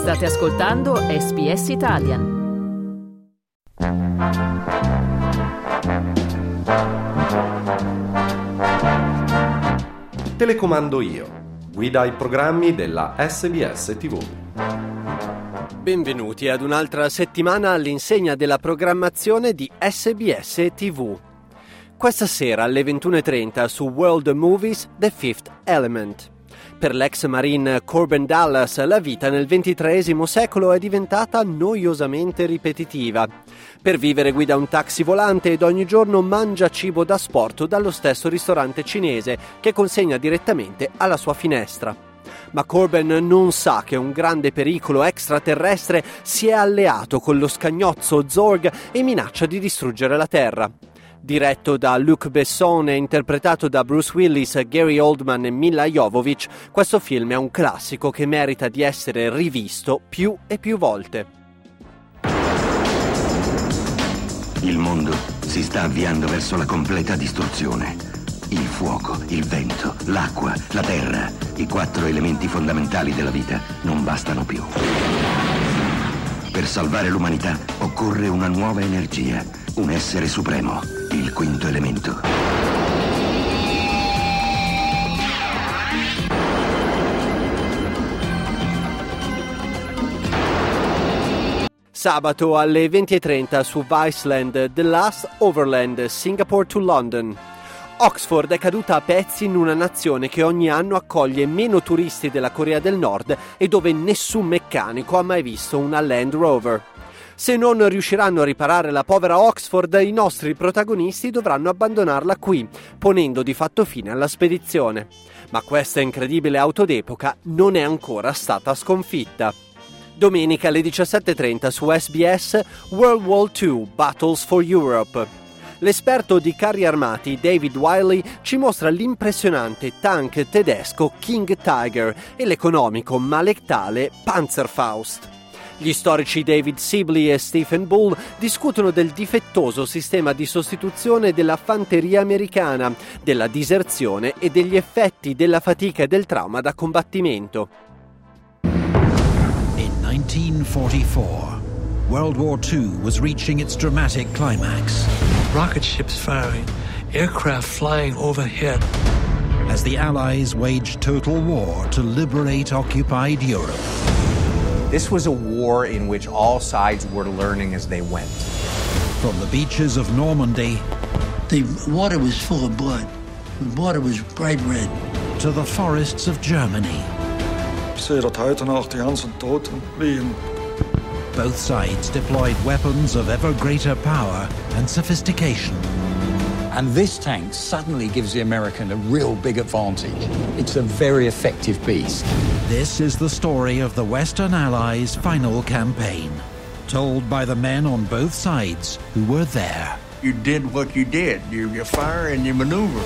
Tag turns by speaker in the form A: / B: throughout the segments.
A: State ascoltando SBS Italian.
B: Telecomando io, guida ai programmi della SBS TV.
C: Benvenuti ad un'altra settimana all'insegna della programmazione di SBS TV. Questa sera alle 21:30 su World Movies The Fifth Element. Per l'ex marine Corbin Dallas la vita nel XXIII secolo è diventata noiosamente ripetitiva. Per vivere guida un taxi volante ed ogni giorno mangia cibo da asporto dallo stesso ristorante cinese che consegna direttamente alla sua finestra. Ma Corbin non sa che un grande pericolo extraterrestre si è alleato con lo scagnozzo Zorg e minaccia di distruggere la Terra. Diretto da Luc Besson e interpretato da Bruce Willis, Gary Oldman e Milla Jovovich, questo film è un classico che merita di essere rivisto più e più volte.
D: Il mondo si sta avviando verso la completa distruzione. Il fuoco, il vento, l'acqua, la terra, i 4 elementi fondamentali della vita non bastano più. Per salvare l'umanità occorre una nuova energia, un essere supremo, il quinto elemento.
C: Sabato alle 20:30 su Viceland The Last Overland, Singapore to London. Oxford è caduta a pezzi in una nazione che ogni anno accoglie meno turisti della Corea del Nord e dove nessun meccanico ha mai visto una Land Rover. Se non riusciranno a riparare la povera Oxford, i nostri protagonisti dovranno abbandonarla qui, ponendo di fatto fine alla spedizione. Ma questa incredibile auto d'epoca non è ancora stata sconfitta. Domenica alle 17:30 su SBS World War II Battles for Europe. L'esperto di carri armati David Wiley ci mostra l'impressionante tank tedesco King Tiger e l'economico ma letale Panzerfaust. Gli storici David Sibley e Stephen Bull discutono del difettoso sistema di sostituzione della fanteria americana, della diserzione e degli effetti della fatica e del trauma da combattimento.
E: In 1944, World War II was reaching its dramatic climax.
F: Rocket ships firing, aircraft flying overhead.
E: As the Allies waged total war to liberate occupied Europe.
G: This was a war in which all sides were learning as they went.
E: From the beaches of Normandy,
H: the water was full of blood. The water was bright red.
E: To the forests of Germany.
I: Ich sehe dort heute noch die ganzen Toten liegen.
E: Both sides deployed weapons of ever greater power and sophistication.
J: And this tank suddenly gives the American a real big advantage. It's a very effective beast.
E: This is the story of the Western Allies' final campaign, told by the men on both sides who were there.
K: You did what you did. You fire and you maneuver.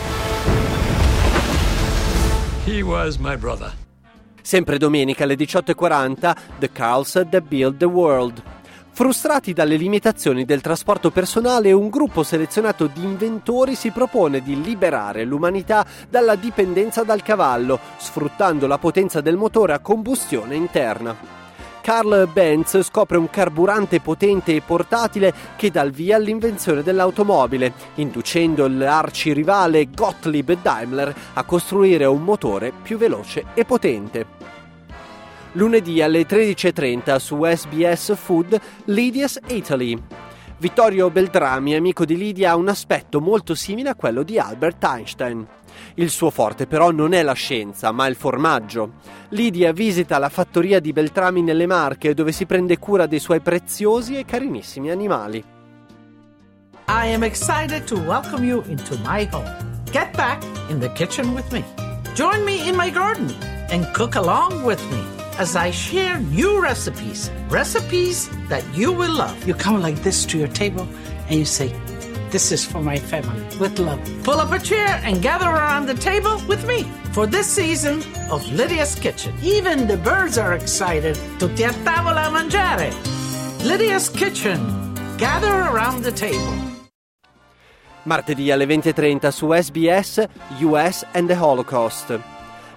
F: He was my brother.
C: Sempre domenica alle 18:40, The Carls That Build the World. Frustrati dalle limitazioni del trasporto personale, un gruppo selezionato di inventori si propone di liberare l'umanità dalla dipendenza dal cavallo, sfruttando la potenza del motore a combustione interna. Carl Benz scopre un carburante potente e portatile che dà il via all'invenzione dell'automobile, inducendo l'arcirivale Gottlieb Daimler a costruire un motore più veloce e potente. Lunedì alle 13:30 su SBS Food Lydia's Italy. Vittorio Beltrami, amico di Lydia, ha un aspetto molto simile a quello di Albert Einstein. Il suo forte però non è la scienza, ma il formaggio. Lydia visita la fattoria di Beltrami nelle Marche, dove si prende cura dei suoi preziosi e carinissimi animali.
L: I am excited to welcome you into my home. Get back in the kitchen with me. Join me in my garden and cook along with me as I share new recipes that you will love. You come like this to your table and you say, "This is for my family, with love." Pull up a chair and gather around the table with me for this season of Lydia's Kitchen. Even the birds are excited. Tutti a tavola a mangiare. Lydia's Kitchen. Gather around the table.
C: Martedì alle 20:30 su SBS US and the Holocaust.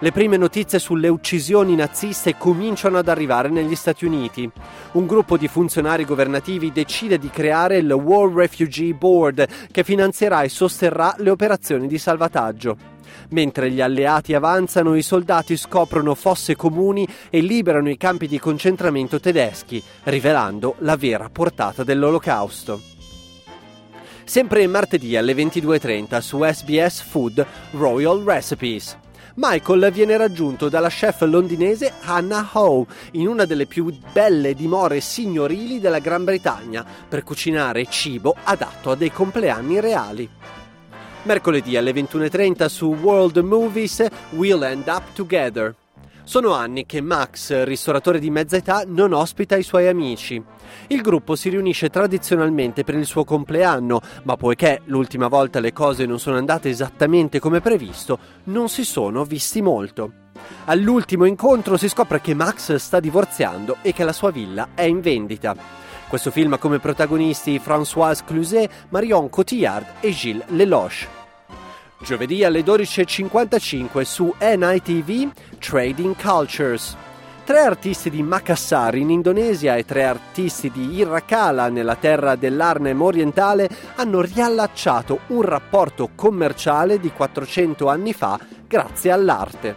C: Le prime notizie sulle uccisioni naziste cominciano ad arrivare negli Stati Uniti. Un gruppo di funzionari governativi decide di creare il War Refugee Board, che finanzierà e sosterrà le operazioni di salvataggio. Mentre gli alleati avanzano, i soldati scoprono fosse comuni e liberano i campi di concentramento tedeschi, rivelando la vera portata dell'Olocausto. Sempre martedì alle 22:30 su SBS Food, Royal Recipes. Michael viene raggiunto dalla chef londinese Hannah Howe in una delle più belle dimore signorili della Gran Bretagna per cucinare cibo adatto a dei compleanni reali. Mercoledì alle 21:30 su World Movies, We'll End Up Together. Sono anni che Max, ristoratore di mezza età, non ospita i suoi amici. Il gruppo si riunisce tradizionalmente per il suo compleanno, ma poiché l'ultima volta le cose non sono andate esattamente come previsto, non si sono visti molto. All'ultimo incontro si scopre che Max sta divorziando e che la sua villa è in vendita. Questo film ha come protagonisti Françoise Cluzet, Marion Cotillard e Gilles Lelouch. Giovedì alle 12:55 su NITV, Trading Cultures. 3 artisti di Makassar in Indonesia e 3 artisti di Irrakala nella terra dell'Arnhem orientale hanno riallacciato un rapporto commerciale di 400 anni fa grazie all'arte.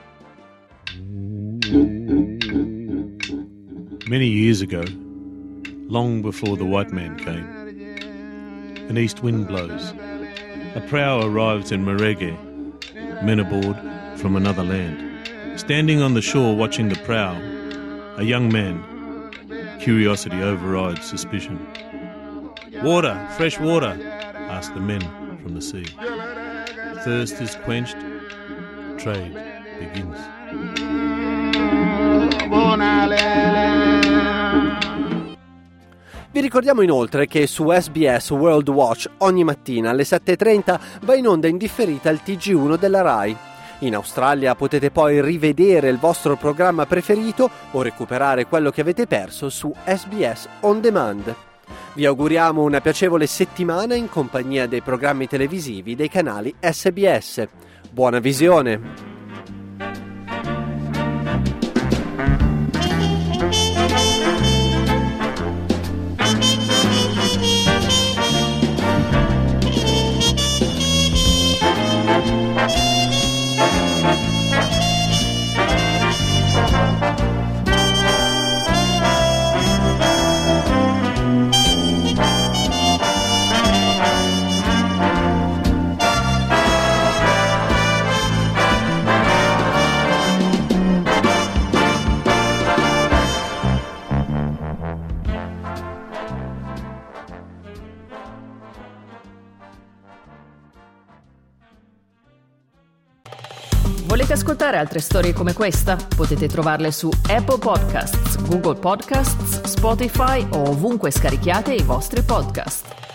M: Many years ago, long before the white man came, an east wind blows. A prow arrives in Marege, men aboard from another land. Standing on the shore watching the prow, a young man. Curiosity overrides suspicion. Water, fresh water, ask the men from the sea. Thirst is quenched, trade begins.
C: Vi ricordiamo inoltre che su SBS World Watch ogni mattina alle 7:30 va in onda in differita il TG1 della Rai. In Australia potete poi rivedere il vostro programma preferito o recuperare quello che avete perso su SBS On Demand. Vi auguriamo una piacevole settimana in compagnia dei programmi televisivi dei canali SBS. Buona visione!
A: Volete ascoltare altre storie come questa? Potete trovarle su Apple Podcasts, Google Podcasts, Spotify o ovunque scarichiate i vostri podcast.